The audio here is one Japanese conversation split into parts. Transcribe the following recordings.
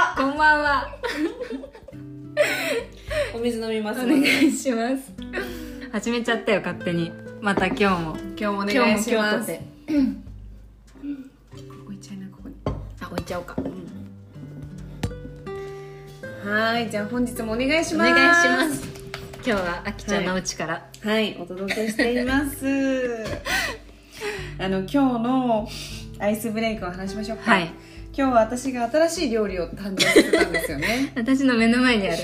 こんばんは。 お水飲みます。 お願いします。始めちゃったよ、勝手に。また今日もお願いします。 今日も置いちゃいな、ここに。 置いちゃおうか。 はい、じゃあ本日もお願いします。 お願いします。今日はあきちゃんの家から、 はい、お届けしています。今日のアイスブレイクを話しましょうか。 はい。 今日は私が新しい料理を誕生させたんですよね。 私の目の前にある。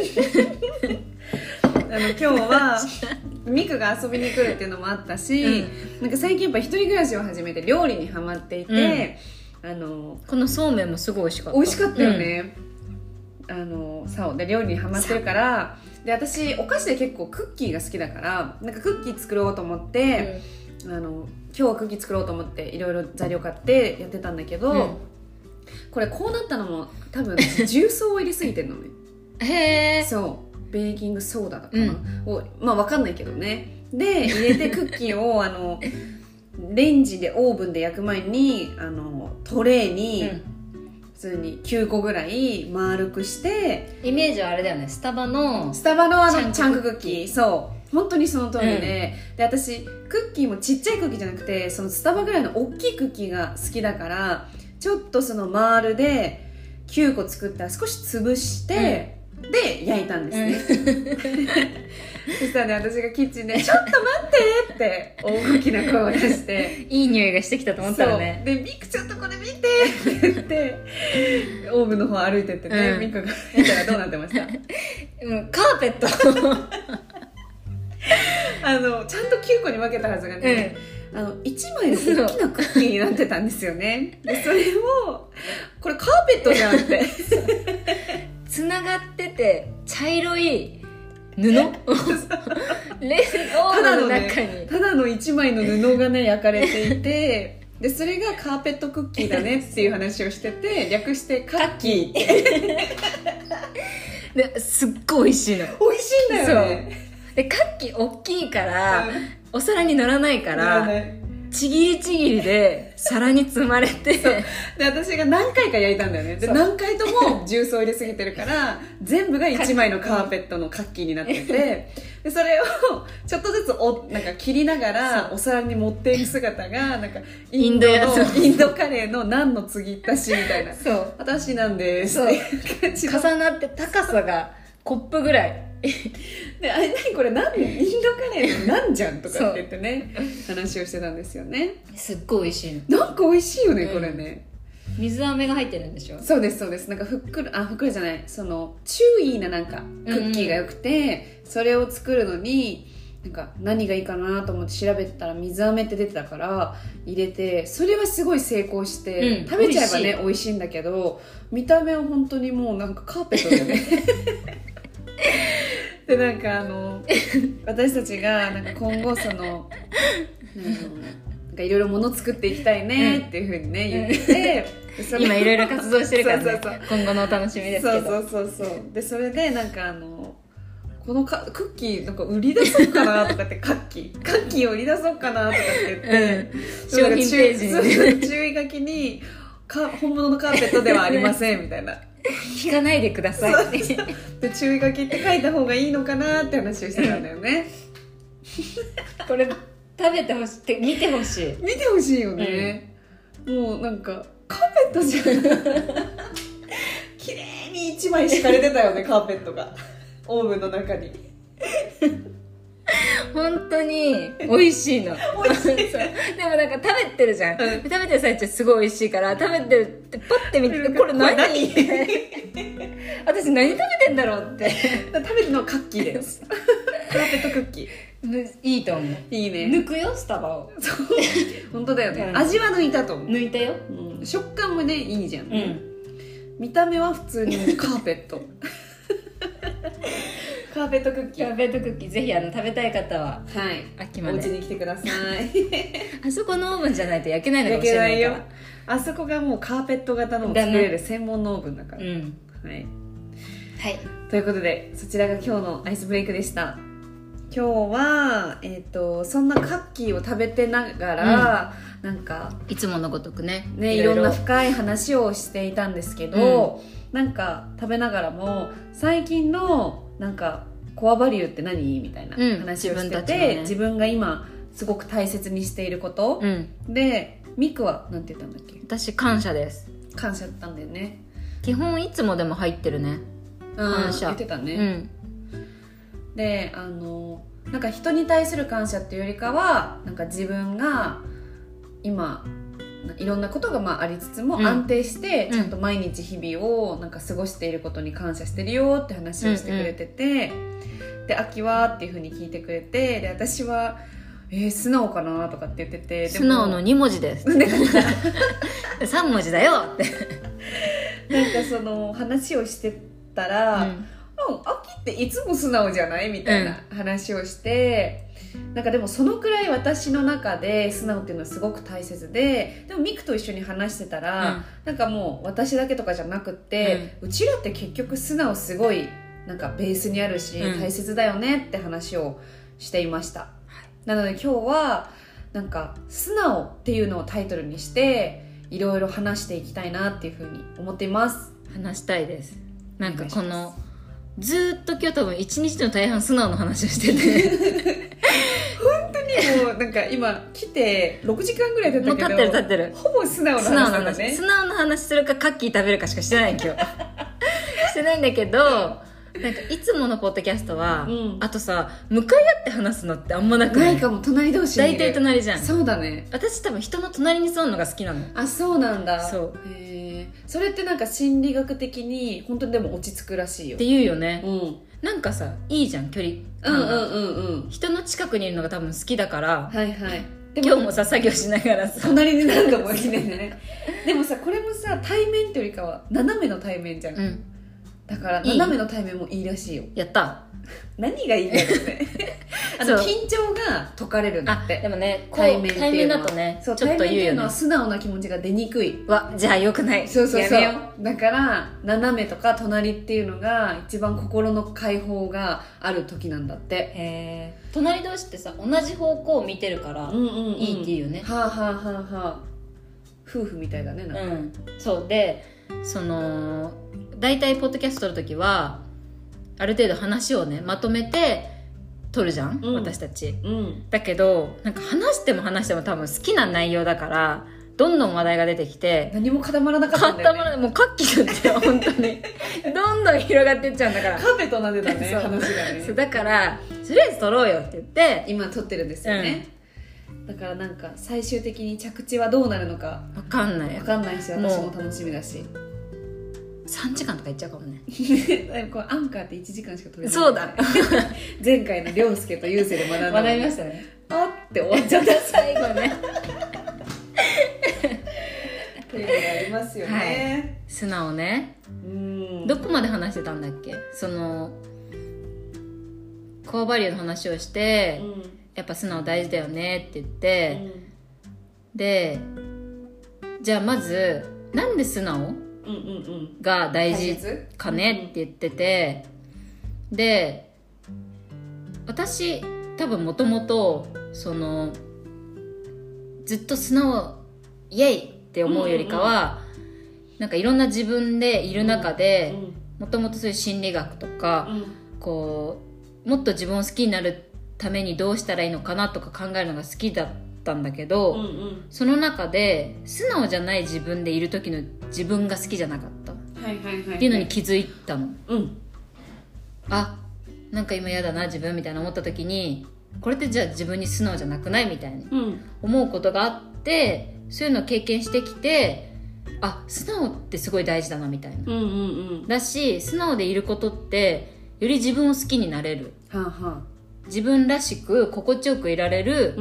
今日はミクが遊びに来るっていうのもあったし、なんか最近やっぱ一人暮らしを始めて料理にハマっていて、 このそうめんもすごい美味しかった。 美味しかったよね。そうで料理にハマってるから、で私お菓子で結構クッキーが好きだから、なんかクッキー作ろうと思って、今日はクッキー作ろうと思っていろいろ材料買ってやってたんだけど、これこうなったのも多分重曹を入れすぎてるのね。 へー。 そうベーキングソーダだかな、をまあ分かんないけどね。で入れてクッキーをレンジでオーブンで焼く前にトレーに、普通に9個ぐらい丸くして、 イメージはあれだよね、スタバのチャンククッキー。そう本当にその通りで、で私クッキーもちっちゃいクッキーじゃなくて、そのスタバぐらいの大きいクッキーが好きだから、ちょっとその丸で9個作ったら少し潰して、で焼いたんですね。そしたらね、私がキッチンで「ちょっと待って!」って大きな声を出していい匂いがしてきたと思ったらね。 で「ミクちょっとこれ見て!」って言ってオーブンの方歩いてってね、ミクが見たらどうなってました？ カーペット。 ちゃんと9個に分けたはずがね、1枚の大きなクッキーになってたんですよね。でそれをこれカーペットじゃんってつながってて茶色い布オーブンの中にただの1枚の布がね焼かれていて、でそれがカーペットクッキーだねっていう話をしてて、略してカッキーってですっごい美味しいの。 美味しいんだよね。 でカッキー大きいから、お皿に乗らないからちぎりちぎりで皿に積まれてで私が何回か焼いたんだよね。で何回とも重曹入れすぎてるから全部が1枚のカーペットのカッキーになってて、でそれをちょっとずつなんか切りながらお皿に持っていく姿がなんかインドカレーのナンの継ぎ足しみたいな。 そう私なんですって感じの重なって高さがコップぐらいで、あれ何これインドカレーのなんじゃんとかって言ってね話をしてたんですよね。 すっごい美味しいの。 なんか美味しいよね、これね。 水飴が入ってるんでしょ。 そうです。なんかふっくらじゃない、そのチューイーななんかクッキーがよくて、それを作るのになんか何がいいかなと思って調べてたら水飴って出てたから入れて、それはすごい成功して、食べちゃえばね美味しいんだけど、見た目は本当にもうなんかカーペットだよね。でなんか私たちがなんか今後そのなんかいろいろ物作っていきたいねっていう風にね言ってて、 今いろいろ活動してるからね。今後のお楽しみですけど。 そうでそれでなんかこのクッキーなんか売り出そうかなとかってカッキーを売り出そうかなとかって言って、 商品ページに注意書きに本物のカーペットではありませんみたいな。 引かないでくださいってで注意書きって書いた方がいいのかなって話をしてたんだよね。 これ食べてほしい、見てほしいよね、もうなんかカーペットじゃん。綺麗に1枚敷かれてたよね、カーペットがオーブンの中に。 本当に美味しいの。 美味しい。 でもなんか食べてるじゃん、食べてる最中すごい美味しいから、食べてるってパッて見てこれ何私何食べてんだろうって。 食べるのはカッキーです。カーペットクッキーいいと思う。 いいね。 抜くよスタバを。 そう本当だよね、味は抜いたと思う。 抜いたよ、 食感もねいいじゃん、見た目は普通にカーペット。カーペットクッキーぜひ食べたい方は秋までお家に来てください。 あそこのオーブンじゃないと焼けないのかもしれないから。 あそこがもうカーペット型の作れる専門のオーブンだから、はいということでそちらが今日のアイスブレイクでした。今日は、そんなカッキーを食べてながら、なんかいつものごとくねいろんな深い話をしていたんですけど、 なんか食べながらも最近のなんかコアバリューって何みたいな話をしてて、自分が今すごく大切にしていること、でミクはなんて言ったんだっけ。 私感謝です。 感謝だったんだよね。 基本いつもでも入ってるね、感謝。 言ってたね、でなんか人に対する感謝っていうよりかはなんか自分が今いろんなことがありつつも安定してちゃんと毎日日々をなんか過ごしていることに感謝してるよって話をしてくれてて、で秋はっていう風に聞いてくれて、で私は素直かなとかって言ってて、 素直の2文字です3文字だよってなんかその話をしてたら、秋っていつも素直じゃないみたいな話をして、なんかでもそのくらい私の中で素直っていうのはすごく大切で、でもミクと一緒に話してたら、なんかもう私だけとかじゃなくって、うちらって結局素直すごいなんかベースにあるし、大切だよねって話をしていました、なので今日はなんか素直っていうのをタイトルにしていろいろ話していきたいなっていうふうに思っています。 話したいです。なんかこのずっと今日多分一日の大半素直の話をしてて本当にもうなんか今来て6時間ぐらい経ったけど、 もう経ってるほぼ素直な話なんだね。 素直な話するかカッキー食べるかしかしてない今日してないんだけど、なんかいつものポッドキャストは、あとさ向かい合って話すのってあんまなくない？ ないかも。隣同士にいる。 大体隣じゃん。 そうだね。 私多分人の隣に座るのが好きなの。 あ、そうなんだ。 そう。 それってなんか心理学的に本当にでも落ち着くらしいよって言うよね、なんかさいいじゃん距離感が、人の近くにいるのが多分好きだから、 はいはい。 でも今日もさ作業しながらさ隣に何度も来てねでもさこれもさ対面ってよりかは斜めの対面じゃん、だから斜めの対面もいいらしいよ。 やった何がいいんだろうね緊張が解かれるんだって。 でもね対面っていうのはだとねそう、 ちょっと言うよね。 対面っていうのは素直な気持ちが出にくい。 じゃあよくない。 そうそうそう。 やめよだから斜めとか隣っていうのが一番心の解放がある時なんだって。 へー。隣同士ってさ同じ方向を見てるからいいっていうよね。 はあはあはあはあ。夫婦みたいだねなんか、 そうでその大体ポッドキャスト撮るときはある程度話をねまとめて撮るじゃん、私たち、だけどなんか話しても多分好きな内容だからどんどん話題が出てきて何も固まらなかったんだよね。 もうカッキーだって本当にどんどん広がってっちゃうんだからカーペットなんでだね話がね。 そうだからとりあえず撮ろうよって言って今撮ってるんですよね、だからなんか最終的に着地はどうなるのか分かんないし、私も楽しみだし 3時間とかいっちゃうかもねこれアンカーって1時間しか撮れない。 そうだ前回の涼介と優勢で学びましたね。 あって終わっちゃった最後ねというのがありますよね、 素直ね。どこまで話してたんだっけ。そのコアバリューの話をして、やっぱ素直大事だよねって言って、でじゃあまずなんで素直が大事かねって言ってて、で私多分もともとそのずっと素直イエイって思うよりかは、なんかいろんな自分でいる中でもともとそういう心理学とか、こうもっと自分を好きになるためにどうしたらいいのかなとか考えるのが好きだったんだけど、その中で素直じゃない自分でいる時の自分が好きじゃなかったっていうのに気づいたの、あ、なんか今嫌だな自分みたいな思った時に、これってじゃあ自分に素直じゃなくないみたいに思うことがあって、そういうのを経験してきて、あ、素直ってすごい大事だなみたいな、だし素直でいることってより自分を好きになれる、自分らしく心地よくいられる、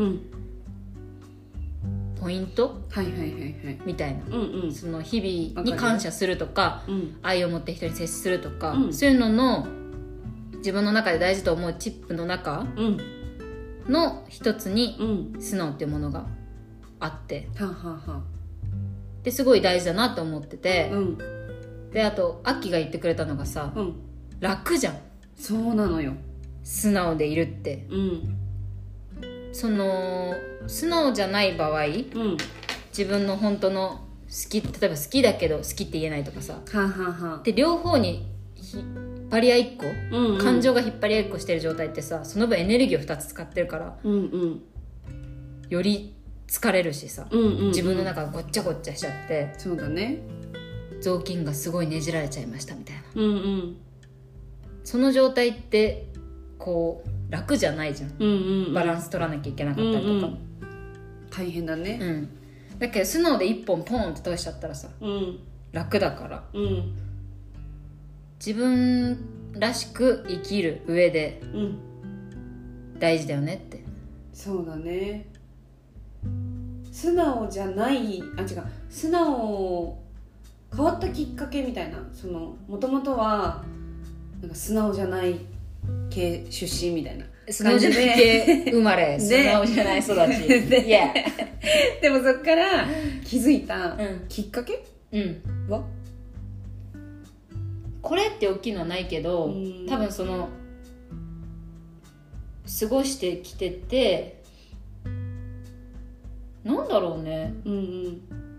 ポイント、みたいな、その日々に感謝するとか、愛を持って人に接するとか、そういうのの自分の中で大事と思うチップの中の一つに素直っていうものがあって、ですごい大事だなと思ってて、であとアッキーが言ってくれたのがさ、楽じゃん。 そうなのよ、 素直でいるって、その素直じゃない場合、自分の本当の例えば好きだけど好きって言えないとかさ、 はんはんはん。 で両方に引っ張り合いっこ、 うんうん、 感情が引っ張り合いっこしてる状態ってさ、その分エネルギーを2つ使ってるから、 うんうん、 より疲れるしさ、 うんうんうん、 自分の中がごっちゃごっちゃしちゃって、 そうだね、 雑巾がすごいねじられちゃいましたみたいな、 うんうん、 その状態ってこう楽じゃないじゃん、 うんうんうん、 バランス取らなきゃいけなかったりとか、うんうん、 大変だね、 うん、だけど素直で一本ポンって通しちゃったらさ、 うん、 楽だから、 うん、 自分らしく生きる上で大事だよねって、うん、 そうだね。素直じゃない素直変わったきっかけみたいな、そのもともとはなんか素直じゃない系出身みたいな素直じゃない系生まれ素直じゃない育ちででもそっから気づいたきっかけ、は、 これって大きいのはないけど、多分その過ごしてきてて、なんだろうね、うんうん、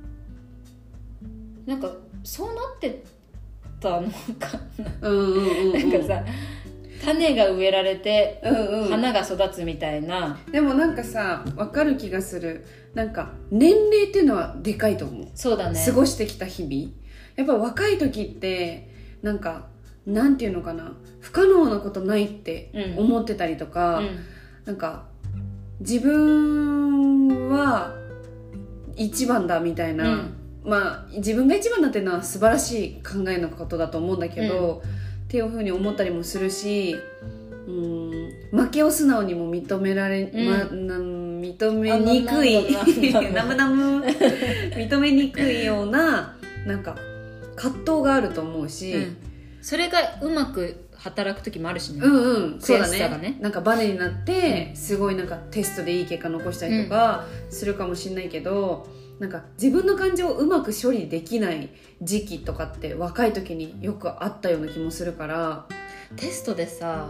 なんかそうなってたのかな、なんかさ、種が植えられて、花が育つみたいな。 でもなんかさ、分かる気がする。なんか年齢っていうのはでかいと思う。 そうだね。 過ごしてきた日々、やっぱ若い時ってなんかなんていうのかな、不可能なことないって思ってたりとか、なんか自分は一番だみたいな、まあ自分が一番だっていうのは素晴らしい考えのことだと思うんだけど、っていうふうに思ったりもするし、負けを素直にも認められ、認めにくい認めにくいようななんか葛藤があると思うし、 それがうまく働く時もあるしね。 そうだね。なんかバネになってすごいなんかテストでいい結果残したりとかするかもしれないけど、なんか自分の感情をうまく処理できない時期とかって若い時によくあったような気もするから。 テストでさ、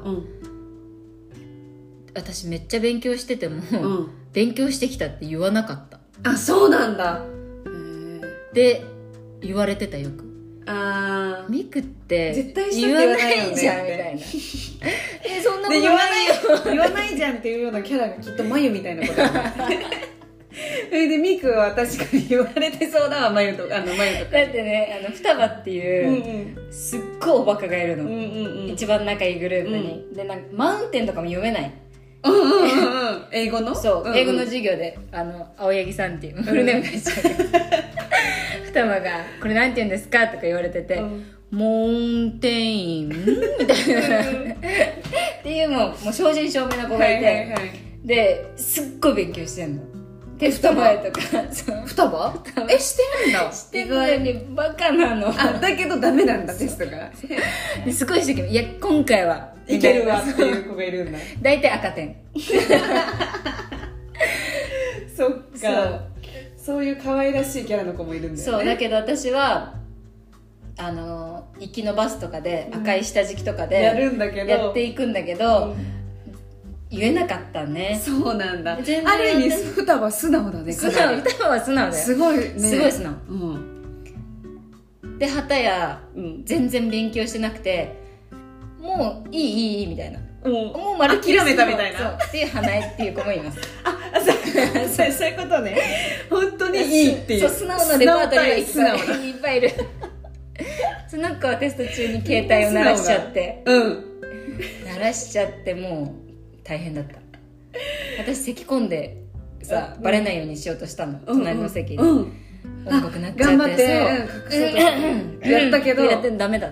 私めっちゃ勉強してても、勉強してきたって言わなかった。 あ、そうなんだ。 で言われてた、よく。ミクって絶対言わないじゃんみたいなそんなことないよ言わないじゃんっていうようなキャラがきっとマユみたいなことだでミクは確かに言われてそうだわ、マユとか。だってね、双葉っていう、すっごいおバカがいるの、一番仲いいグループに、でなんかマウンテンとかも読めない、 英語の？ そう、英語の授業で青柳さんっていうフルネーム出しちゃうけど双葉が「これなんて言うんですか?」とか言われてて「モンテイン」みたいなっていうもう正真正銘の子がいて、ですっごい勉強してんの。テスト前とか。 双葉？してるんだ。 してるのにバカなの。 だけどダメなんだ、テストが。 すごい一生懸命、いや今回はいけるわっていう子がいるんだ。 大体赤点。 そっか。そういう可愛らしいキャラの子もいるんだよね。 そうだけど私は行きのバスとかで、赤い下敷きとかでやるんだけど、 やっていくんだけど、言えなかったね。 そうなんだ。ある意味双葉素直だね。 双葉は素直だよ。 すごいね。 すごい素直。で旗や、全然勉強してなくて、もういいみたいな。もう丸諦めたみたいな。 そうっていう花江っていう子もいます。 そういうことね。本当にいいっていう。 そう、素直なレパートリーがいっぱいいる。その子はテスト中に携帯を鳴らしちゃって、鳴らしちゃってもう大変だった。私咳込んでさ、バレないようにしようとしたの、隣の席で。音楽鳴っちゃって、 頑張ってやったけどやってダメだった。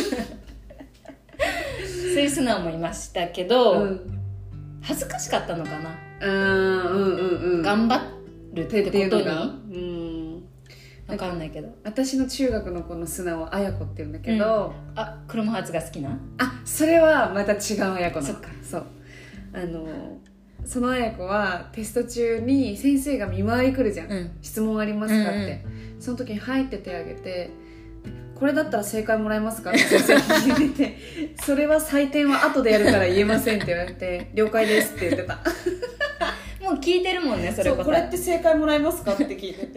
そういう素直もいましたけど、恥ずかしかったのかな。頑張るってことに分かんないけど、 私の中学の子の素直はあやこって言うんだけど、 クロムハーツが好きな？ それはまた違うあやこなの。そう、そのあやこはテスト中に先生が見回り来るじゃん、質問ありますかって、その時に入って手挙げて、これだったら正解もらえますかって先生に聞いて、それは採点は後でやるから言えませんって言われて、了解ですって言ってた。 もう聞いてるもんね、それ。 これって正解もらえますかって聞いてて、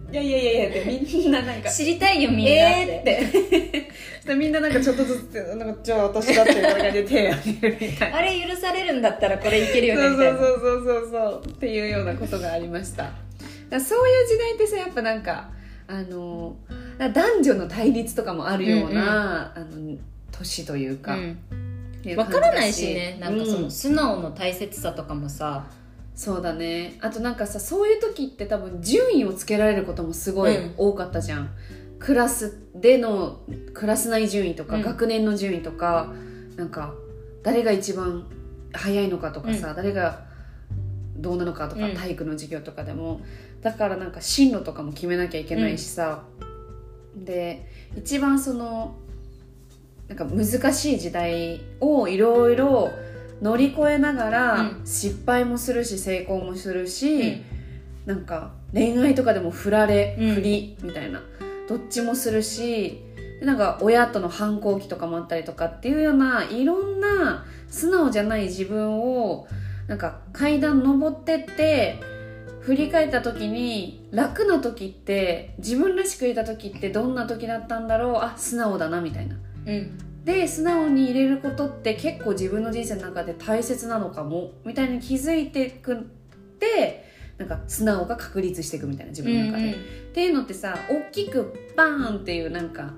いやってみんななんか知りたいよみんなってみんななんかちょっとずつなんかじゃあ私だってこれがで手あげるみたいなあれ許されるんだったらこれいけるよねみたいなそうっていうようなことがありました。だからそういう時代ってさやっぱなんか男女の対立とかもあるような、年というか、 分からないしね、なんかその素直の大切さとかもさ、 そうだね。あとなんかさそういう時って多分順位をつけられることもすごい多かったじゃん、クラスでのクラス内順位とか、学年の順位とか、なんか誰が一番早いのかとかさ、誰がどうなのかとか、体育の授業とかでもだからなんか進路とかも決めなきゃいけないしさ、で一番そのなんか難しい時代をいろいろ乗り越えながら、失敗もするし成功もするし、なんか恋愛とかでも振りみたいなどっちもするし、なんか親との反抗期とかもあったりとかっていうようないろんな素直じゃない自分をなんか階段登ってって振り返った時に楽な時って自分らしくいた時ってどんな時だったんだろう、あ素直だなみたいな、で素直に入れることって結構自分の人生の中で大切なのかもみたいに気づいてくってなんか素直が確立していくみたいな自分の中で、っていうのってさ大きくバーンっていうなんか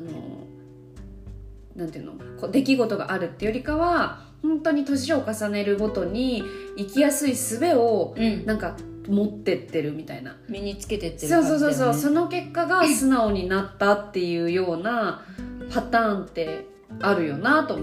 なんていうの出来事があるっていうよりかは本当に年を重ねるごとに生きやすい術をなんか持ってってるみたいな、 身につけてってる感じだよね。 そうその結果が素直になったっていうようなパターンってあるよなと思って、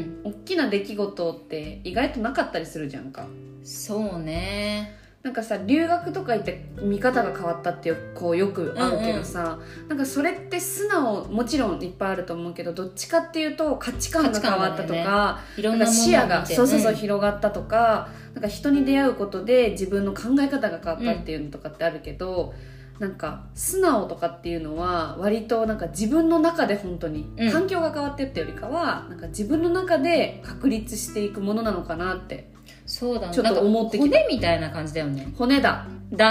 大きな出来事って意外となかったりするじゃんか。 そうね。 なんかさ留学とか行って見方が変わったってこうよくあるけどさ、なんかそれって素直もちろんいっぱいあると思うけど、どっちかっていうと価値観が変わったとか、 いろんなものを見て視野が広がったとか、なんか人に出会うことで自分の考え方が変わったっていうのとかってあるけど、なんか素直とかっていうのは割となんか自分の中で本当に環境が変わってってよりかは、なんか自分の中で確立していくものなのかなってそうだね、 ちょっと思ってきた。 骨みたいな感じだよね。 骨だ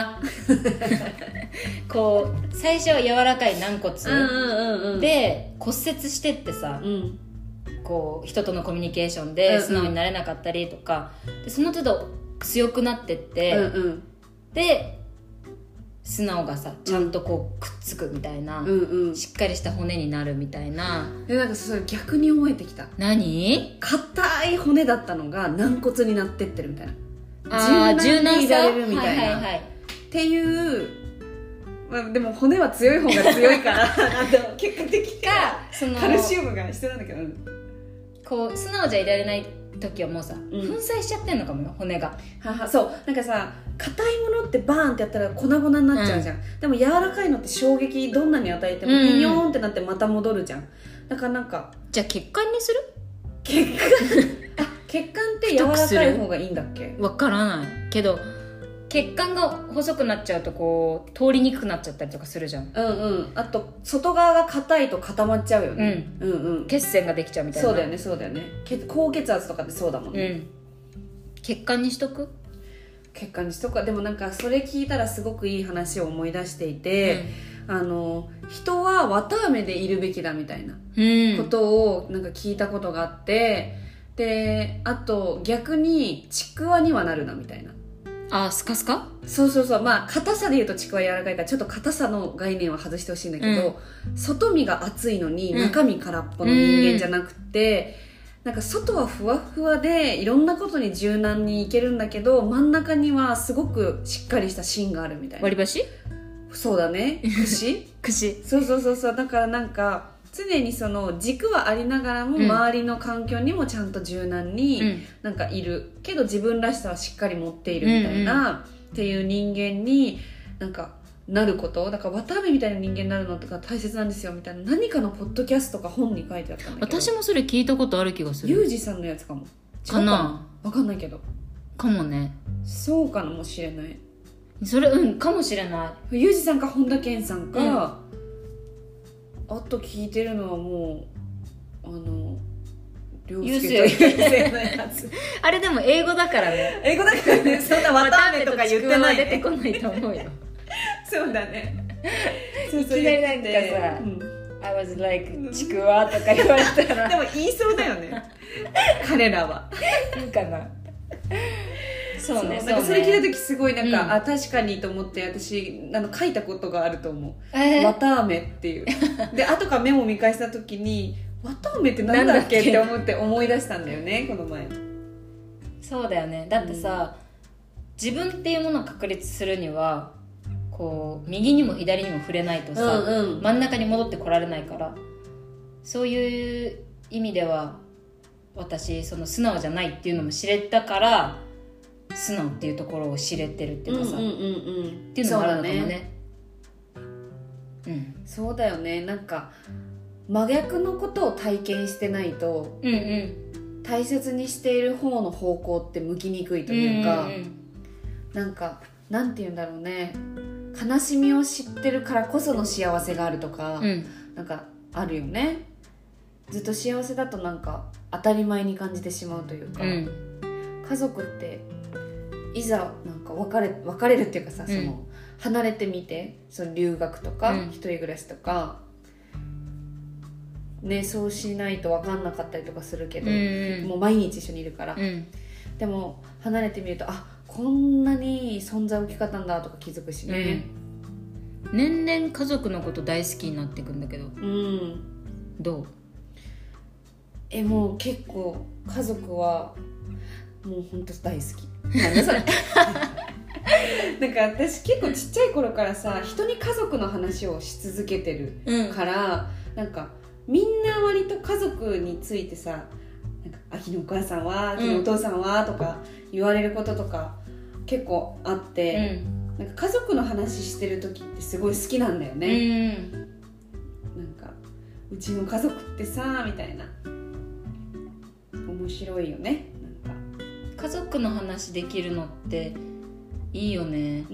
こう最初は柔らかい軟骨、で骨折してってさ、こう人とのコミュニケーションで素直になれなかったりとか、でその都度強くなってって、で素直がさちゃんとこうくっつくみたいな、しっかりした骨になるみたいな。 でなんかそれ逆に思えてきた。 何？ 硬い骨だったのが軟骨になってってるみたいな、 柔軟にいられるみたいな、っていう、まあ、でも骨は強い方が強いから結果的にはカルシウムが必要なんだけど、 こう素直じゃいられない時はもうさ、粉砕しちゃってんのかもよ骨が。 そうなんかさ硬いものってバーンってやったら粉々になっちゃうじゃん、でも柔らかいのって衝撃どんなに与えてもピヨーンってなってまた戻るじゃん。だからなんかじゃあ血管にする？ 血管って柔らかい方がいいんだっけ？ わからないけど血管が細くなっちゃうとこう通りにくくなっちゃったりとかするじゃん。 あと外側が硬いと固まっちゃうよね、 血栓ができちゃうみたいな。 そうだよね高血圧とかってそうだもんね、 血管にしとく？ 血管にしとくか。でもなんかそれ聞いたらすごくいい話を思い出していて、人は綿あめでいるべきだみたいなことをなんか聞いたことがあって、であと逆にちくわにはなるなみたいな。 スカスカ？ そうまあ硬さで言うとちくわ柔らかいからちょっと硬さの概念は外してほしいんだけど、外身が厚いのに中身空っぽの人間じゃなくて、なんか外はふわふわでいろんなことに柔軟にいけるんだけど、真ん中にはすごくしっかりした芯があるみたいな。 割り箸？ そうだね、串そうだからなんか常にその軸はありながらも周りの環境にもちゃんと柔軟になんかいるけど自分らしさはしっかり持っているみたいなっていう人間になんかなること、だから綿あめみたいな人間になるのとか大切なんですよみたいな何かのポッドキャストか本に書いてあったんだけど、 私もそれ聞いたことある気がする。 ユージさんのやつかもかな、 わかんないけどかもね。 そうかもしれない。 それかもしれない。 ユージさんか本田健さんか、あと聞いてるのはもう涼介のやつあれでも英語だからね。 英語だからね、そんな綿あめとか言ってない、 出てこないと思うよそそうだね。 いきなりなんかさ、I was like ちくわとか言われたらでも言いそうだよね彼らはいいかな。そうね。 なんかそれ聞いた時すごいなんか、確かにと思って、私書いたことがあると思う、綿あめっていうで後からメモ見返した時に綿あめってなんだっけって思い出したんだよね、この前。 そうだよね。だってさ、自分っていうものを確立するにはこう右にも左にも触れないとさ、真ん中に戻ってこられないから、そういう意味では私その素直じゃないっていうのも知れたから、素直っていうところを知れてるっていうかさ、っていうのもあるのかもね。 そうだよね。なんか真逆のことを体験してないと、大切にしている方の方向って向きにくいというか、なんかなんて言うんだろうね、悲しみを知ってるからこその幸せがあるとか、なんかあるよね。ずっと幸せだとなんか当たり前に感じてしまうというか、家族っていざなんか別れるっていうかさ、その離れてみて、その留学とか、一人暮らしとかね、そうしないと分かんなかったりとかするけど、もう毎日一緒にいるから、でも離れてみると、あ、こんなに存在大きかったんだとか気づくしね、 年々家族のこと大好きになっていくんだけど、どう？ もう結構家族はもうほんと大好き。なんだそれなんか私結構ちっちゃい頃からさ、人に家族の話をし続けてるから、なんかみんな割と家族についてさ、なんか秋のお母さんは、秋のお父さんはとか言われることとか結構あって、なんか家族の話してる時ってすごい好きなんだよね。なんかうちの家族ってさみたいな、面白いよね。なんか家族の話できるのっていいよね。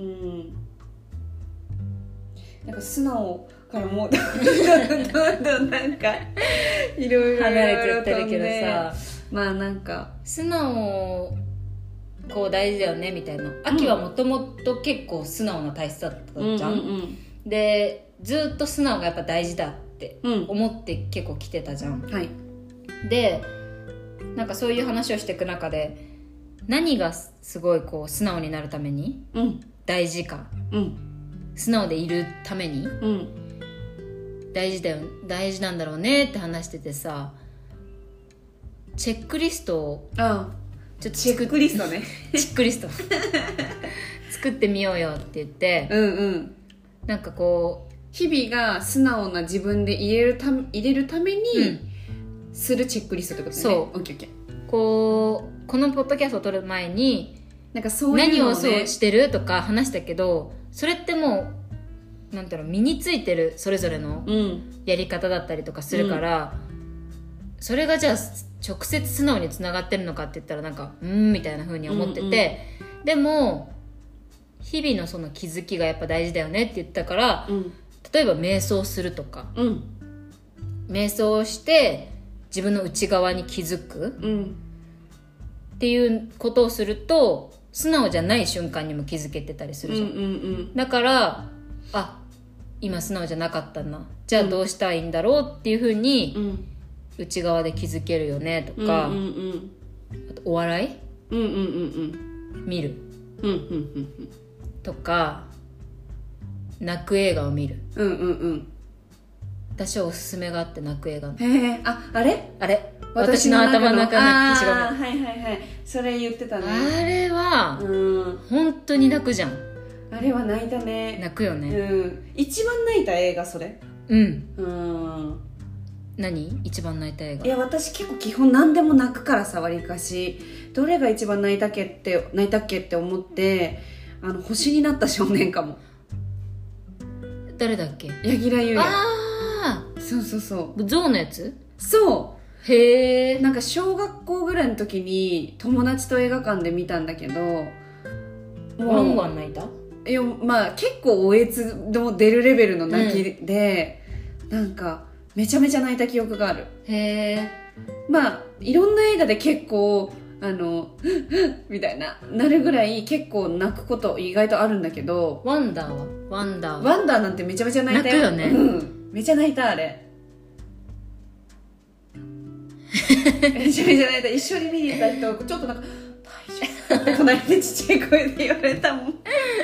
なんか素直からもうどんどんなんかいろいろ離れてってるけどさ、 まあなんか素直こう大事だよねみたいな。秋はもともと結構素直な体質だったじゃん、でずっと素直がやっぱ大事だって思って結構来てたじゃん、でなんかそういう話をしていく中で、何がすごいこう素直になるために大事か、素直でいるために大事なんだろうねって話しててさ、チェックリストをちょっとチェックリストねチェックリスト作ってみようよって言って、なんかこう日々が素直な自分で入れるためにするチェックリストってことね。そう、オッケーオッケー。 このポッドキャストを撮る前になんかそういうの、ね、 何をそうしてるとか話したけど、それってもうなんだろう、身についてるそれぞれのやり方だったりとかするから、それがじゃあ直接素直につながってるのかって言ったらなんかみたいな風に思ってて、でも日々のその気づきがやっぱ大事だよねって言ったから、例えば瞑想するとか、瞑想して自分の内側に気づく、っていうことをすると素直じゃない瞬間にも気づけてたりするじゃん、だから今素直じゃなかったな、じゃあどうしたらいいんだろうっていうふうに、内側で気づけるよねとか、あとお笑い、見る、とか泣く映画を見る、私はおすすめがあって泣く映画、 あれ私の頭の中の消しゴム、 はいはいはい、それ言ってたね。 あれは本当に泣くじゃん。 あれは泣いたね。 泣くよね、 一番泣いた映画それ。 何一番泣いた映画？ いや私結構基本何でも泣くからさ、わりかしどれが一番泣いたっけって思って、星になった少年かも。 誰だっけ？ 柳楽優弥。そうゾウのやつ？ そう、 へえ。 なんか小学校ぐらいの時に友達と映画館で見たんだけど、 ワンワン泣いた？ いや、まあ結構おえつも出るレベルの泣きで、なんかめちゃめちゃ泣いた記憶がある。 へえ。 まあいろんな映画で結構みたいなるぐらい結構泣くこと意外とあるんだけど、 ワンダーなんてめちゃめちゃ泣いたよ。 泣くよね、 うん、めちゃ泣いたあれめちゃめちゃ泣いた。一緒に見に行った人ちょっとなんか大丈夫って隣でちっちゃい声で言われたもん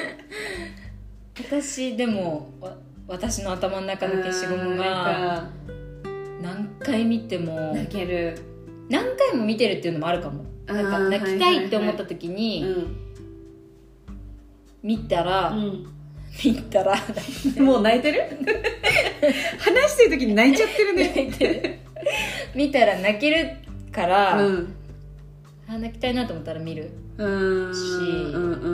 私でも私の頭の中の消しゴムが何回見ても泣ける。 何回も見てるっていうのもあるかも。なんか泣きたいって思った時に、見たらもう泣いてる話してる時に泣いちゃってるね泣いてる見たら泣けるから、泣きたいなと思ったら見るし、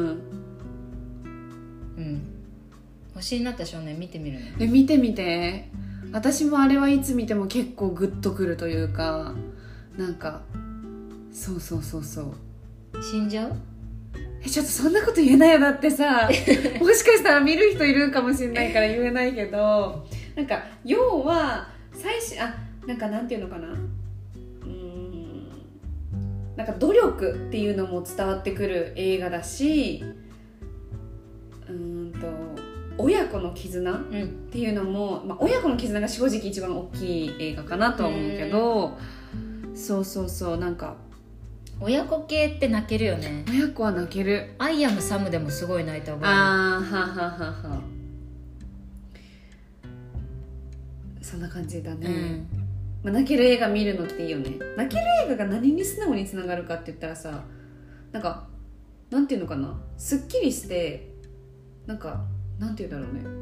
星になった少年見てみるね。 見てみて。私もあれはいつ見ても結構グッとくるというか、なんかそう死んじゃう？ ちょっとそんなこと言えないよ。だってさもしかしたら見る人いるかもしれないから言えないけど、なんか要はなんかなんていうのかな、なんか努力っていうのも伝わってくる映画だし、親子の絆っていうのも、親子の絆が正直一番大きい映画かなとは思うけど、そうなんか親子系って泣けるよね。 親子は泣ける。 アイアムサムでもすごい泣いた覚え。 そんな感じだね、泣ける映画見るのっていいよね。泣ける映画が何に素直につながるかって言ったらさ、なんかなんていうのかな、すっきりして、なんかなんていうんだろうね、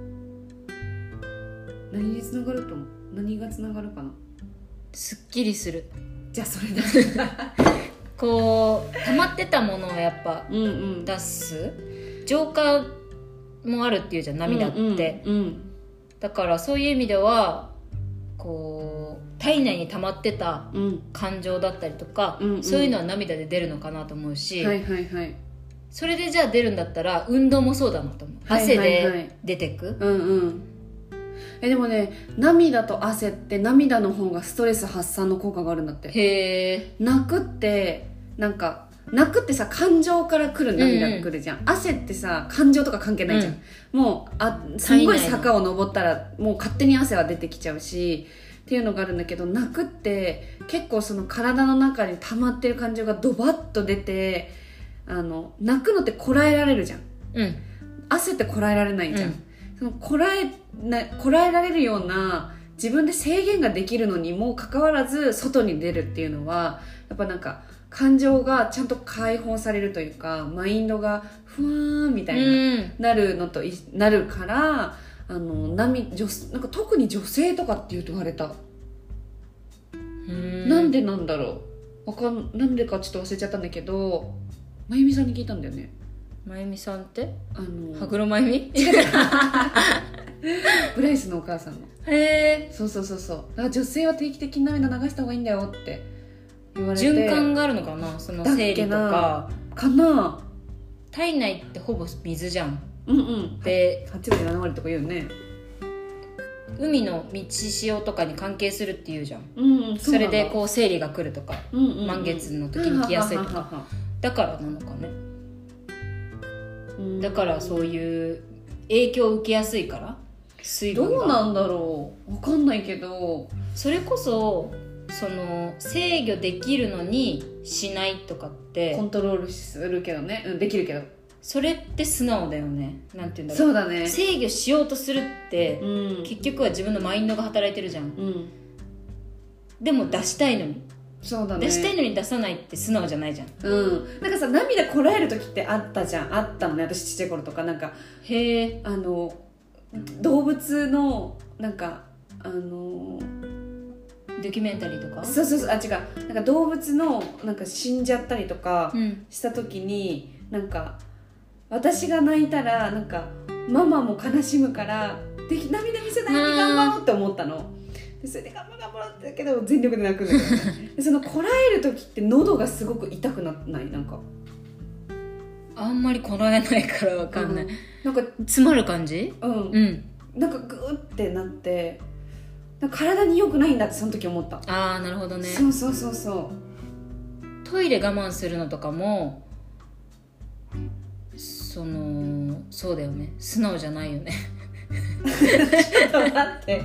何につながると思う？何がつながるかな。 すっきりする。 じゃあそれだこう溜まってたものをやっぱ出す、浄化もあるっていうじゃん、涙って、だからそういう意味ではこう体内に溜まってた感情だったりとか、そういうのは涙で出るのかなと思うし、それでじゃあ出るんだったら運動もそうだなと思う。汗で出てく、 でもね、涙と汗って涙の方がストレス発散の効果があるんだって。 へー。 泣くってさ、感情から来る涙が来るじゃん、汗ってさ感情とか関係ないじゃん、もうすんごい坂を登ったらもう勝手に汗は出てきちゃうしっていうのがあるんだけど、泣くって結構その体の中に溜まってる感情がドバッと出て、泣くのってこらえられるじゃん、汗ってこらえられないじゃん、そのこらえられるような自分で制限ができるのにもかかわらず外に出るっていうのはやっぱなんか感情がちゃんと解放されるというか、マインドがふわーんみたいな、なるのとなるから、なんか特に女性とかって言われた。なんでなんだろう、なんでかちょっと忘れちゃったんだけど、まゆみさんに聞いたんだよね。 まゆみさんって羽黒まゆみブライスのお母さんの。 へえ。 そうだから女性は定期的に涙流した方がいいんだよって言われて。 循環があるのかな、その生理とかかな。 体内ってほぼ水じゃん。 で8割7割とか言うよね。 海の満ち潮とかに関係するっていうじゃん、それでこう生理が来るとか、満月の時に来やすいとか、だからなのかね。だからそういう影響を受けやすいから、水分が。 どうなんだろう、分かんないけど、 それこそその制御できるのにしないとかってコントロールするけどね、できるけど、 それって素直だよね。なんて言うんだろう、 そうだね、 制御しようとするって、結局は自分のマインドが働いてるじゃん、でも出したいのに、 そうだね、 出したいのに出さないって素直じゃないじゃん。 なんかさ、涙こらえる時ってあったのね、私ちっちゃい頃とか。なんかへえ。 動物のなんかドキュメンタリーとか、 そう違う、なんか動物のなんか死んじゃったりとかした時に、なんか私が泣いたらなんかママも悲しむから涙見せないで頑張ろうって思ったの。でそれで頑張ろうってだけど全力で泣くんだけど、ね、でそのこらえる時って喉がすごく痛くなってない？なんかあんまりこらえないからわかんない、なんか詰まる感じ？ なんかグーってなって、なんか体に良くないんだってその時思った。 ああ、なるほどね。 そうトイレ我慢するのとかもそうだよね、素直じゃないよねちょっと待って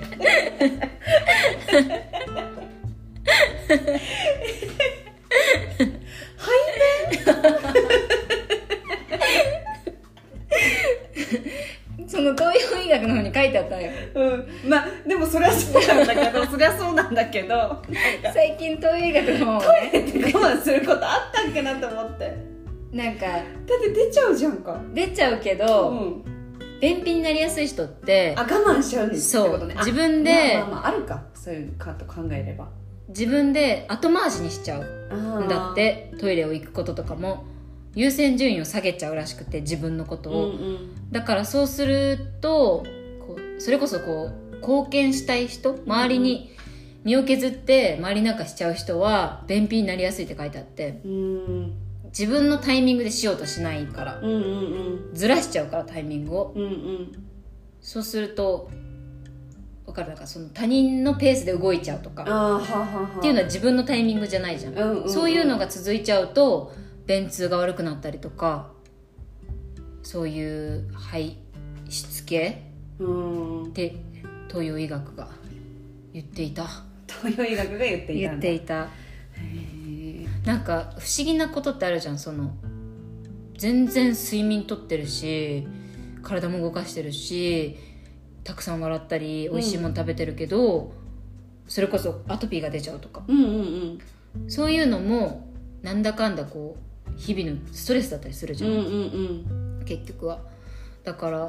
その東洋医学の方に書いてあったよ。 まあでもそれはそうなんだけどそれはそうなんだけど最近東洋医学の方をトイレって我慢することあったっけなと思って。 なんかだって出ちゃうじゃんか。 出ちゃうけど、便秘になりやすい人って我慢しちゃうんですってことね。 自分でまああるか、そういうかと考えれば自分で後回しにしちゃうんだって。トイレを行くこととかも優先順位を下げちゃうらしくて、自分のことを、だからそうするとそれこそ貢献したい人、周りに身を削って周りなんかしちゃう人は便秘になりやすいって書いてあって、自分のタイミングでしようとしないから、ずらしちゃうからタイミングを、そうすると分かる、なんかその他人のペースで動いちゃうとかっていうのは自分のタイミングじゃないじゃん、そういうのが続いちゃうと便通が悪くなったりとか、そういう排出系って東洋医学が言っていた。 東洋医学が言っていた。 なんか不思議なことってあるじゃん。全然睡眠とってるし体も動かしてるし、たくさん笑ったり美味しいもの食べてるけど、それこそアトピーが出ちゃうとか、そういうのもなんだかんだ日々のストレスだったりするじゃん、結局は。だから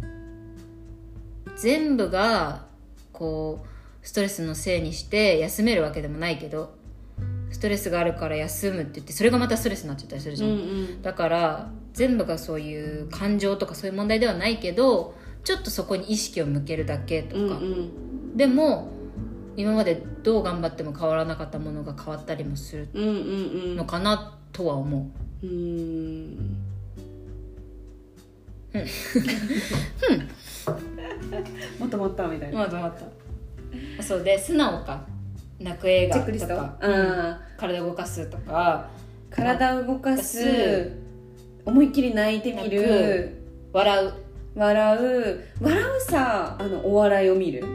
全部がストレスのせいにして休めるわけでもないけど、ストレスがあるから休むって言ってそれがまたストレスになっちゃったりするじゃん、だから全部がそういう感情とかそういう問題ではないけど、ちょっとそこに意識を向けるだけとか、でも今までどう頑張っても変わらなかったものが変わったりもするのかなとは思う。 もっともっとみたいな。 もっともっと。そうで、素直か、泣く映画とか、体動かすとか、 体を動かす、思いっきり泣いてみる、 笑うさ、お笑いを見る。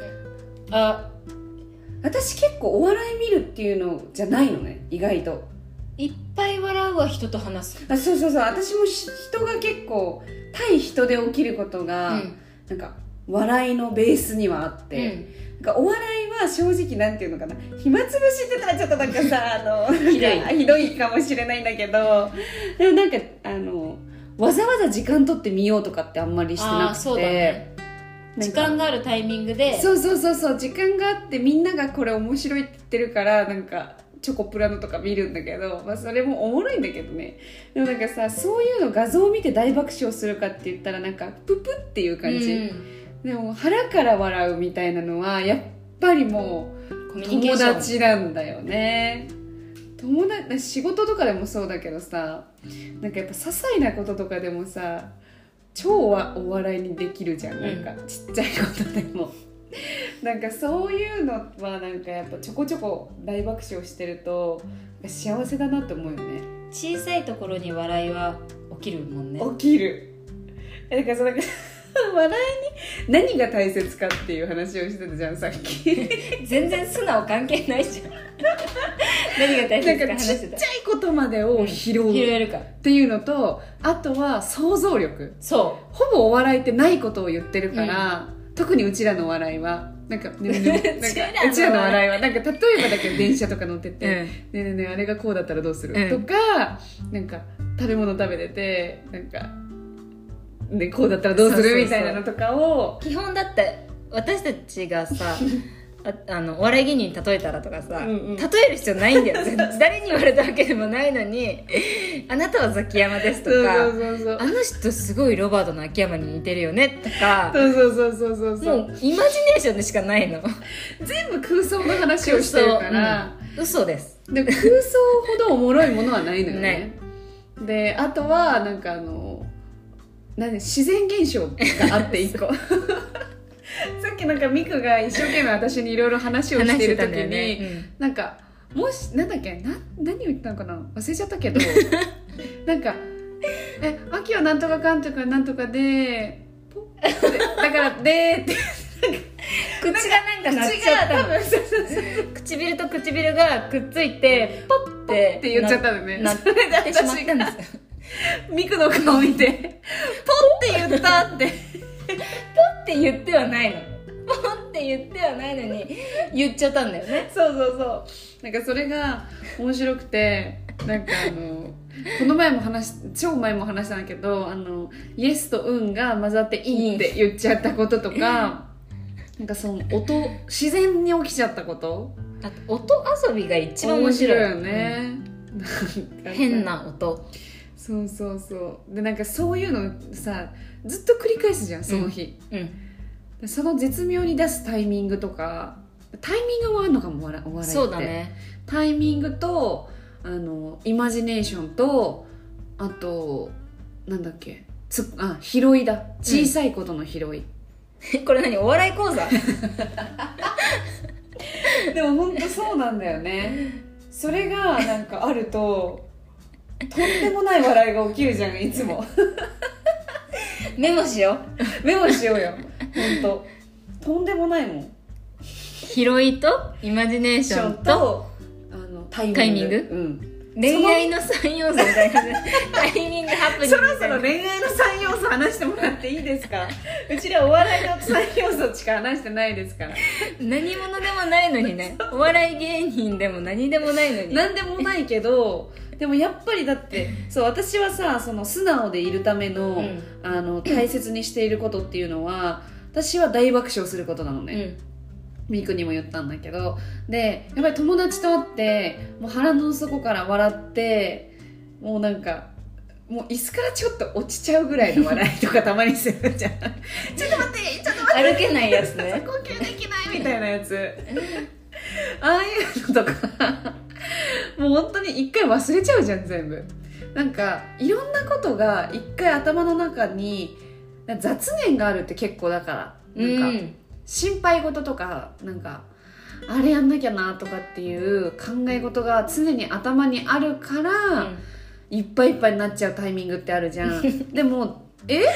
私結構お笑い見るっていうのじゃないのね、意外と。 いっぱい笑うは人と話す。 そう私も人が結構対人で起きることが、なんか笑いのベースにはあって、なんかお笑いは正直なんていうのかな、暇つぶしって言ったらちょっとなんかさひどいかもしれないんだけど、でもなんかわざわざ時間取って見ようとかってあんまりしてなくて。 そうだね、時間があるタイミングで、 そう時間があってみんながこれ面白いって言ってるからなんかチョコプラのとか見るんだけど、それもおもろいんだけどね。でもなんかさ、そういうの画像を見て大爆笑するかって言ったらなんかププっていう感じ、でも腹から笑うみたいなのはやっぱりもう友達なんだよね。仕事とかでもそうだけどさ、なんかやっぱ些細なこととかでもさ超お笑いにできるじゃん、なんかちっちゃいことでもなんかそういうのはなんかやっぱちょこちょこ大爆笑してると幸せだなって思うよね。 小さいところに笑いは起きるもんね。 起きる。だから笑いに何が大切かっていう話をしてたじゃん、さっき全然素直関係ないじゃん何が大切か話してた。 ちっちゃいことまでを拾えるかっていうのと、あとは想像力。 ほぼお笑いってないことを言ってるから、特にうちらの笑いはなんかうちらの笑いはなんか例えばだけど電車とか乗ってて、ねえねえあれがこうだったらどうする、とか、なんか食べ物食べててなんかね、こうだったらどうするみたいなのとかを、 基本だって私たちがさお笑い芸人に例えたらとかさ、例える必要ないんだよ誰に言われたわけでもないのにあなたはザキヤマですとか、あの人すごいロバートの秋山に似てるよねとか、もうイマジネーションでしかないの全部空想の話をしてるから、 嘘です。 で空想ほどおもろいものはないのよねで、あとはなんか自然現象があって一個さっきなんかミクが一生懸命私にいろいろ話をしてる時に、なんかもしなんだっけ何を言ったのかな忘れちゃったけどなんか秋はなんとかかんとかなんとかでポッてだからでーって口がなんかなっちゃったの。唇と唇がくっついてポッて言っちゃったのね。 なってしまったんですよ。 ミクの顔見てポッて言ったってポッて言ってはないの。ポッって言ってはないのに言っちゃったんだよね。 そうなんかそれが面白くて、なんかこの前も超前も話したんだけど、イエスと運が混ざっていいって言っちゃったこととかなんかその自然に起きちゃったこと、 あと音遊びが一番面白いよね、 変な音。 そうでなんかそういうのさずっと繰り返すじゃんその日、その絶妙に出すタイミングとか、タイミングもあるのかもお笑いって。 そうだね、 タイミングとイマジネーションと、あとなんだっけ拾いだ、小さいことの拾い、 これ何お笑い講座でも本当そうなんだよね。それがなんかあるととんでもない笑いが起きるじゃんいつもメモしようよ本当とんでもないもん。 拾いとイマジネーションとタイミング、 恋愛の3要素みたいなタイミングハプニングみたいな。 そろそろ恋愛の3要素話してもらっていいですかうちらお笑いの3要素しか話してないですから何者でもないのにねお笑い芸人でも何でもないのに何でもないけどでもやっぱりだってそう私はさその素直でいるための、大切にしていることっていうのは私は大爆笑することなのね、ミクにも言ったんだけど、でやっぱり友達と会ってもう腹の底から笑ってもうなんかもう椅子からちょっと落ちちゃうぐらいの笑いとかたまにするじゃんちょっと待って歩けないやつね呼吸できないみたいなやつああいうのとかもう本当に一回忘れちゃうじゃん全部。なんかいろんなことが一回頭の中に雑念があるって結構だからなんか、心配事とかなんかあれやんなきゃなとかっていう考え事が常に頭にあるから、いっぱいいっぱいになっちゃうタイミングってあるじゃんでもこ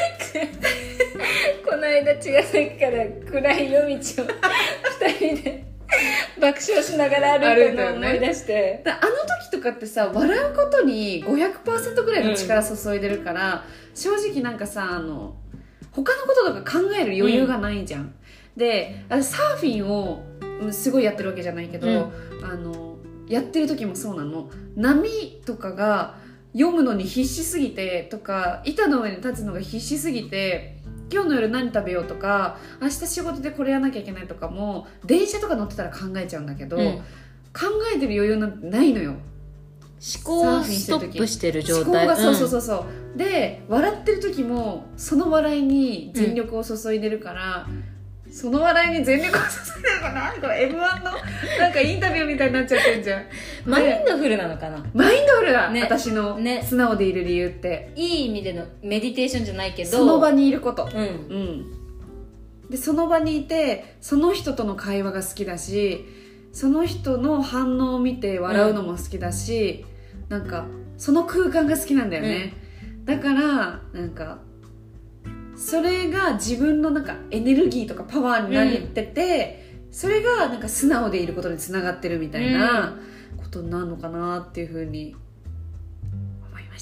の間茅ヶ崎から暗い夜道を2人で爆笑しながら歩いたのを思い出して、 あの時とかってさ笑うことに 500% ぐらいの力注いでるから、正直なんかさ他のこととか考える余裕がないじゃん、でサーフィンをすごいやってるわけじゃないけど、やってる時もそうなの。波とかが読むのに必死すぎてとか板の上に立つのが必死すぎて今日の夜何食べようとか明日仕事でこれやらなきゃいけないとかも電車とか乗ってたら考えちゃうんだけど、考えてる余裕なんてないのよ。 思考をストップしてる状態。 思考がそうで笑ってる時もその笑いに全力を注いでるから、その笑いに全力を注いでるかなM1 のなんかインタビューみたいになっちゃってんじゃんマインドフルなのかな。 マインドフルだ、 ね、 私の素直でいる理由って、 いい意味でのメディテーションじゃないけどその場にいること、でその場にいてその人との会話が好きだしその人の反応を見て笑うのも好きだし、なんかその空間が好きなんだよね、だからなんかそれが自分のなんかエネルギーとかパワーになってて、それがなんか素直でいることにつながってるみたいなことになるのかなっていうふうに思いま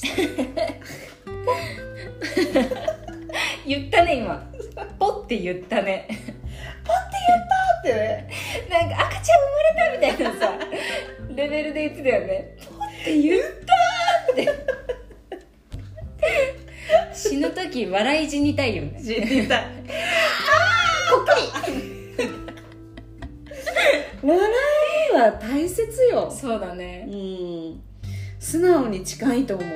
した言ったね今ポッて言ったねポッて言ったってね、なんか赤ちゃん生まれたみたいなさレベルで言ってたよね。ポッて言ったって死ぬ時笑い死にたいよね。 死にたいこっくり笑いは大切よ。 そうだね、 素直に近いと思う。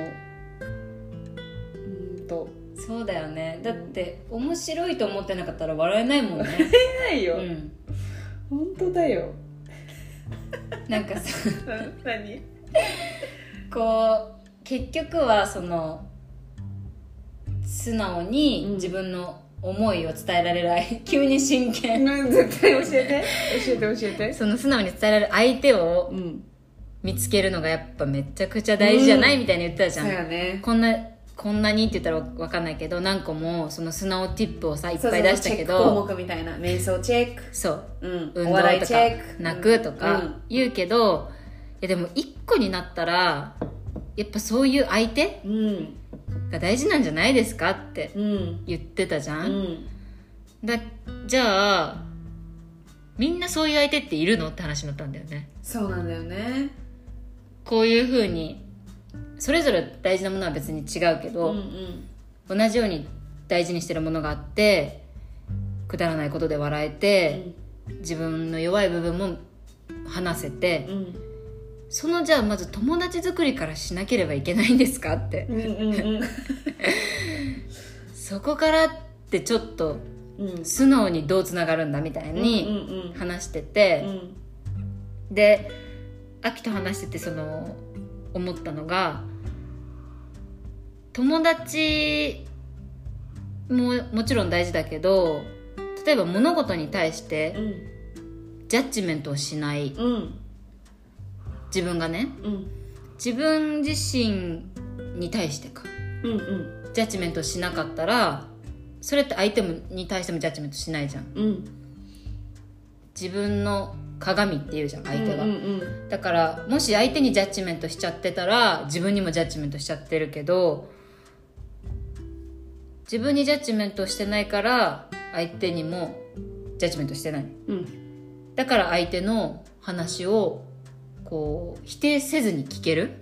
そうだよね。だって面白いと思ってなかったら笑えないもんね。 笑えないよ、本当だよなんかさ何こう結局はその素直に自分の思いを伝えられる急に真剣、 絶対教えてその素直に伝えられる相手を見つけるのがやっぱめちゃくちゃ大事じゃない、みたいに言ってたじゃん。 そうやね。 こんなにって言ったら分かんないけど、何個もその素直ティップをさいっぱい出したけど、 そうそう、チェック項目みたいな、瞑想チェック、 そう、 運動お笑いとかチェック、 泣くとか言うけど、いやでも1個になったらやっぱそういう相手が大事なんじゃないですかって言ってたじゃん、じゃあみんなそういう相手っているのって話になったんだよね。 そうなんだよね。 こういう風にそれぞれ大事なものは別に違うけど、同じように大事にしてるものがあって、くだらないことで笑えて、自分の弱い部分も話せて、そのじゃあまず友達作りからしなければいけないんですかって、そこからってちょっと素直にどうつながるんだみたいに話してて、で秋と話してて思ったのが、友達ももちろん大事だけど、例えば物事に対してジャッジメントをしない、自分がね、自分自身に対してか、ジャッジメントをしなかったら、それって相手に対してもジャッジメントしないじゃん、自分の鏡っていうじゃん相手が、だからもし相手にジャッジメントしちゃってたら自分にもジャッジメントしちゃってるけど、自分にジャッジメントしてないから相手にもジャッジメントしてない、だから相手の話をこう否定せずに聞ける、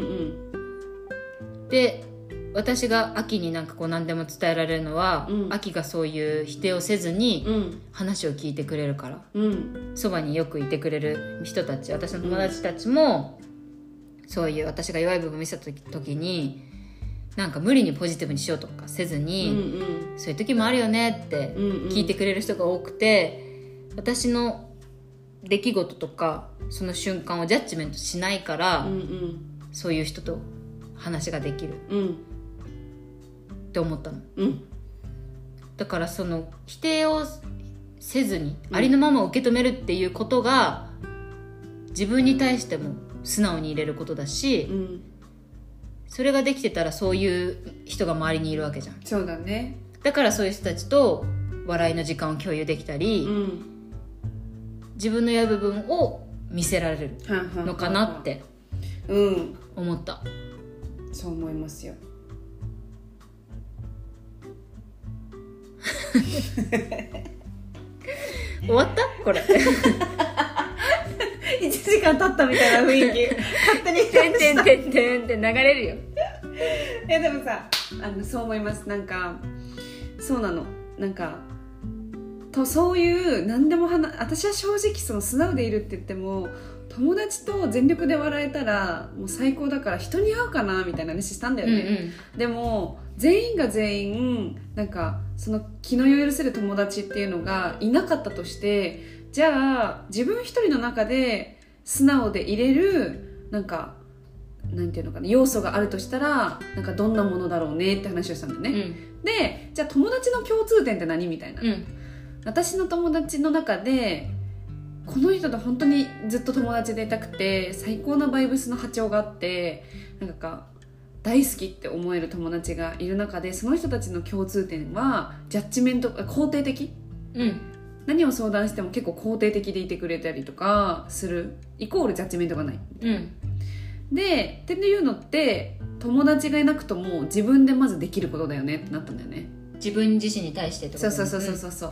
で私が秋になんかこう何でも伝えられるのは、秋がそういう否定をせずに話を聞いてくれるから、そばによくいてくれる人たち、私の友達たちも、そういう私が弱い部分を見せた時になんか無理にポジティブにしようとかせずに、そういう時もあるよねって聞いてくれる人が多くて、私の出来事とかその瞬間をジャッジメントしないから、そういう人と話ができる、って思ったの、だからその否定をせずにありのまま受け止めるっていうことが、自分に対しても素直に入れることだし、それができてたらそういう人が周りにいるわけじゃん。 そうだね。 だからそういう人たちと笑いの時間を共有できたり、自分の弱い部分を見せられるのかなって思った。 そう思いますよ。 終わったこれ1 時間経ったみたいな雰囲気勝手にてんてんてんてんって流れるよ。 でもさ、そう思います。なんかそうなの、なんかそういう何でも私は正直その素直でいるって言っても、友達と全力で笑えたらもう最高だから人に会うかなみたいな話したんだよね、でも全員が全員なんかその気の許せる友達っていうのがいなかったとして、じゃあ自分一人の中で素直でいれるなんかなんていうのかな、要素があるとしたらなんかどんなものだろうねって話をしたんだよね、でじゃあ友達の共通点って何みたいな、私の友達の中でこの人と本当にずっと友達でいたくて最高なバイブスの波長があってなんか大好きって思える友達がいる中で、その人たちの共通点はジャッジメント肯定的、何を相談しても結構肯定的でいてくれたりとかするイコールジャッジメントがない、でっていうのって友達がいなくとも自分でまずできることだよねってなったんだよね。 自分自身に対してってことそう、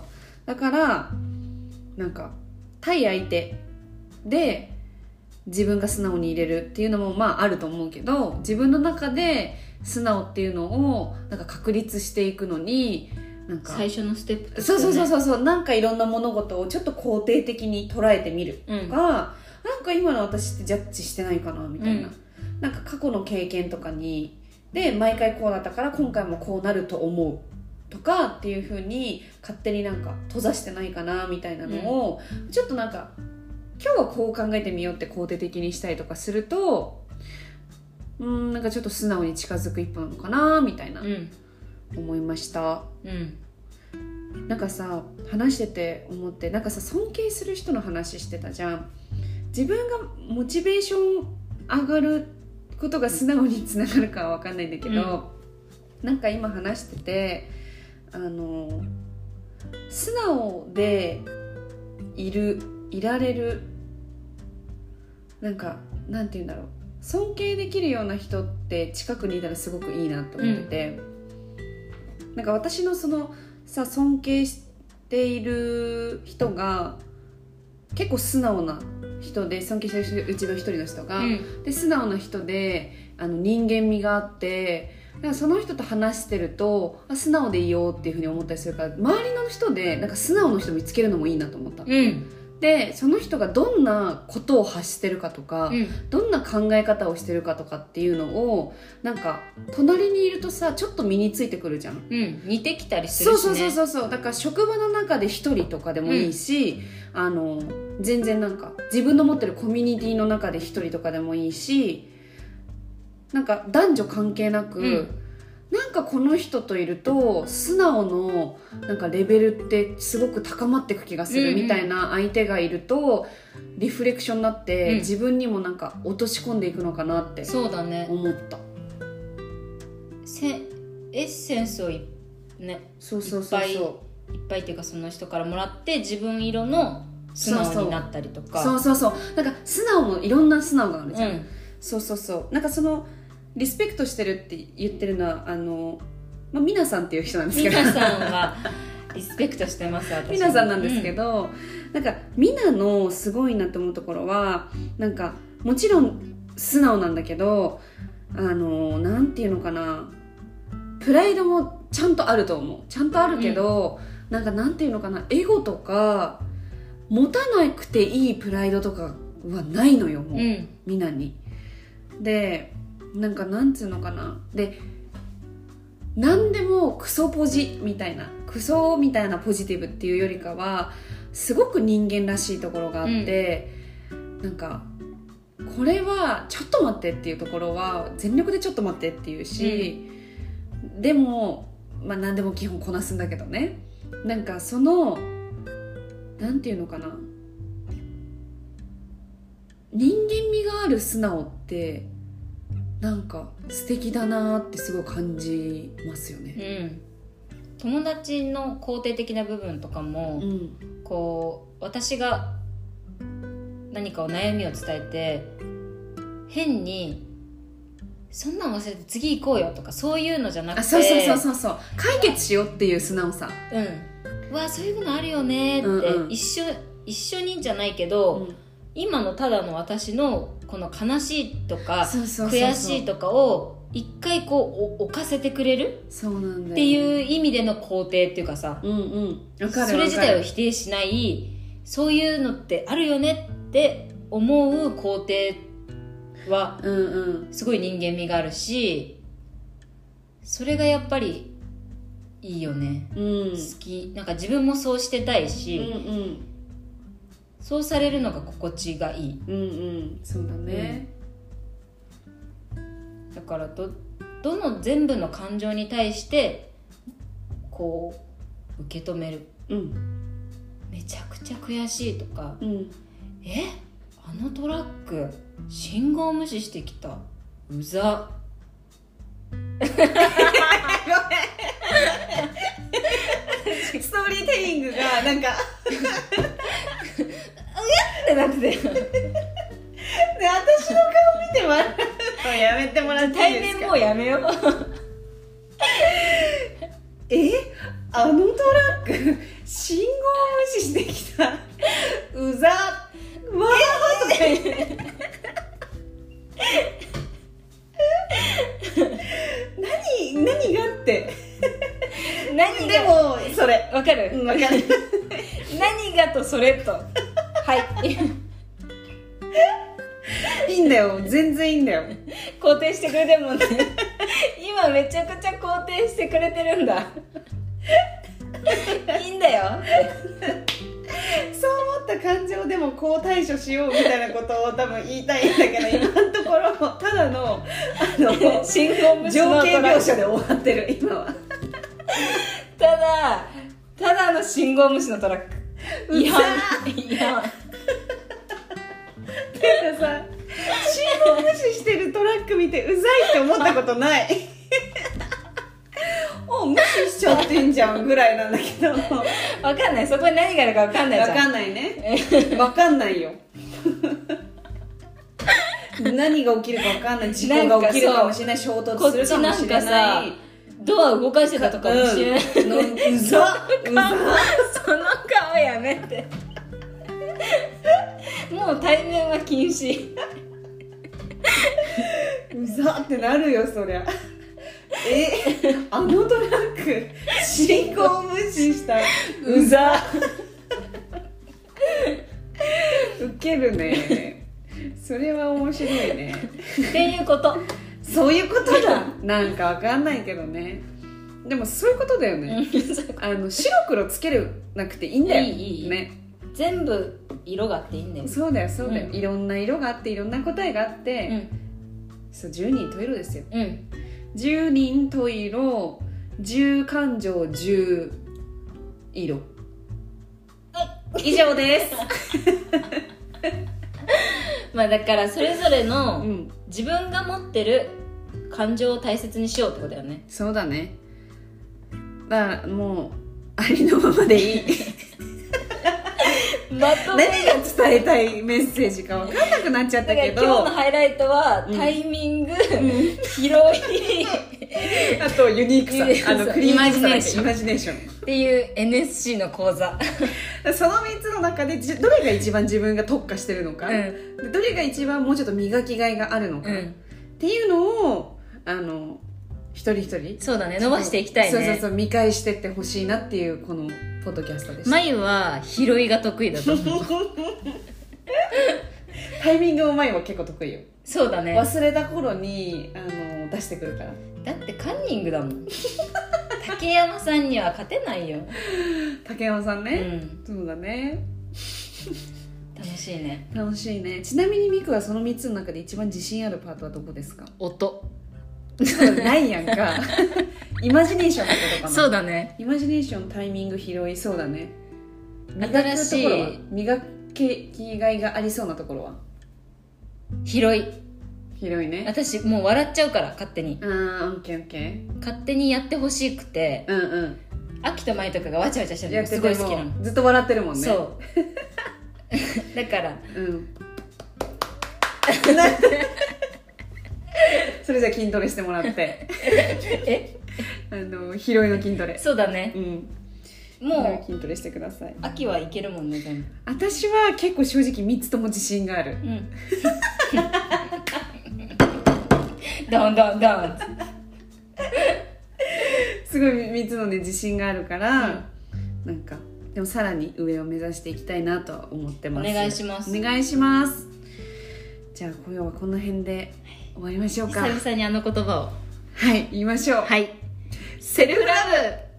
だからなんか対相手で自分が素直に入れるっていうのもまああると思うけど、自分の中で素直っていうのをなんか確立していくのになんか最初のステップとしてね、 そうなんかいろんな物事をちょっと肯定的に捉えてみるとか、なんか今の私ってジャッジしてないかなみたいな、なんか過去の経験とかにで毎回こうだったから今回もこうなると思うとかっていう風に勝手になんか閉ざしてないかなみたいなのを、ちょっとなんか今日はこう考えてみようって肯定的にしたりとかするとなんかちょっと素直に近づく一歩なのかなみたいな、思いました、なんかさ話してて思って、なんかさ尊敬する人の話してたじゃん。自分がモチベーション上がることが素直につながるかは分かんないんだけど、なんか今話してて素直でいられる、なんて言うんだろう、尊敬できるような人って近くにいたらすごくいいなと思ってて、なんか私のそのさ尊敬している人が結構素直な人で、尊敬してるうちの一人の人が、で素直な人で人間味があって、だからその人と話してると素直でいいよっていう風に思ったりするから、周りの人でなんか素直な人見つけるのもいいなと思った、でその人がどんなことを発してるかとか、どんな考え方をしてるかとかっていうのをなんか隣にいるとさちょっと身についてくるじゃん、 似てきたりするしね。 そうだから職場の中で一人とかでもいいし、全然なんか自分の持ってるコミュニティの中で一人とかでもいいし、なんか男女関係なく、なんかこの人といると素直のなんかレベルってすごく高まっていく気がするみたいな相手がいると、リフレクションになって、自分にもなんか落とし込んでいくのかなって思った。 エッセンスをね、いっぱいっていうかその人からもらって自分色の素直になったりとか、 なんか素直もいろんな素直があるじゃん、なんかそのリスペクトしてるって言ってるのはミナさんっていう人なんですけど、 ミナさんはリスペクトしてます私。 ミナさんなんですけど、なんかミナのすごいなと思うところは、なんかもちろん素直なんだけどなんていうのかな、プライドもちゃんとあると思う。ちゃんとあるけど、なんていうのかな、エゴとか持たなくていいプライドとかはないのよもう、ミナに。でなんつうのかな、で何でもクソポジみたいな、クソみたいなポジティブっていうよりかはすごく人間らしいところがあって、なんかこれはちょっと待ってっていうところは全力でちょっと待ってっていうし、でも何でも基本こなすんだけどね、なんかそのなんていうのかな、人間味がある素直ってなんか素敵だなってすごい感じますよね、 友達の肯定的な部分とかも、こう私が何かを悩みを伝えて変にそんなん忘れて次行こうよとかそういうのじゃなくて、 そう解決しようっていう素直さ、 わそういうのあるよねって、一緒にじゃないけど、今のただの私のこの悲しいとか悔しいとかを一回こう置かせてくれるっていう意味での肯定っていうかさ、それ自体を否定しない、そういうのってあるよねって思う肯定はすごい人間味があるし、それがやっぱりいいよね、好き。なんか自分もそうしてたいし、そうされるのが心地がいい。 そうだね、 だからどの全部の感情に対してこう受け止める、めちゃくちゃ悔しいとか、あのトラック信号無視してきた、うざストーリーテリングがなんかってなってで私の顔見て笑うのやめてもらっていいですか。 対面もうやめようあのトラック信号無視してきた、うざわーとか言って何がってでもそれわかる、 わかる何がとそれとはいいいんだよ、全然いいんだよ。 肯定してくれてるもんね今めちゃくちゃ肯定してくれてるんだいいんだよそう思った感情でもこう対処しようみたいなことを多分言いたいんだけど、今のところただの信号無視の情景描写で終わってる今はただの信号無視のトラック違反てかさ、 信号無視してるトラック見てうざいって思ったことない無視しちゃってんじゃんぐらいなんだけどわかんない、そこに何があるかわかんないじゃん。 わかんないねわかんないよ何が起きるかわかんない、事故が起きるかもしれない、衝突するかもしれない、 ドア動かしてたとかもしれない、 うざその顔やめてもう対面は禁止うざってなるよそりゃあのトラック信号無視したうざウケるね、それは面白いねっていうこと、 そういうことだなんかわかんないけどね、でもそういうことだよね白黒つけるなくていいんだよ、 いいね、 全部色があっていいんだよ。 そうだよそうだよ、いろんな色があっていろんな答えがあって、そう10人十色ですよ、10人十色10感情10色以上ですまあだからそれぞれの自分が持ってる感情を大切にしようってことだよね。 そうだね、だからもうありのままでいいまとめ何が伝えたいメッセージか分かんなくなっちゃったけど、 今日のハイライトはタイミング、広いあとユニークさ、クリームさだけイマジネーションっていう NSC の講座その3つの中でどれが一番自分が特化してるのか、どれが一番もうちょっと磨きがいがあるのか、っていうのを一人一人そうだね、伸ばしていきたいね。 そう見返してってほしいなっていうこのポッドキャストでした。 まゆは拾いが得意だと思うタイミングもまゆは結構得意よ。 そうだね、 忘れた頃に出してくるから。 だってカンニングだもん竹山さんには勝てないよ。 竹山さんね、そうだね楽しいね。 楽しいね。ちなみにミクはその3つの中で一番自信あるパートはどこですか？ 音ないやんかイマジネーションのことかな。 そうだね、 イマジネーション、タイミング、拾い、そうだね。 新しい磨きがいがありそうなところは拾いね。 私もう笑っちゃうから勝手に。 オッケーオッケー。 勝手にやってほしくて、秋と舞とかがわちゃわちゃしてるのがすごい好きなの。 ずっと笑ってるもんね。 そうだからそれじゃあ筋トレしてもらって拾いの筋トレ。 そうだね、もう筋トレしてください。 秋はいけるもんね全部。 私は結構正直3つとも自信がある。 ドンドンドンすごい3つのね自信があるから、なんかでもさらに上を目指していきたいなとは思ってます。 お願いします。 お願いします。じゃあ今日はこの辺で終わりましょうか。 久々にあの言葉を言いましょう。 セルフラブ。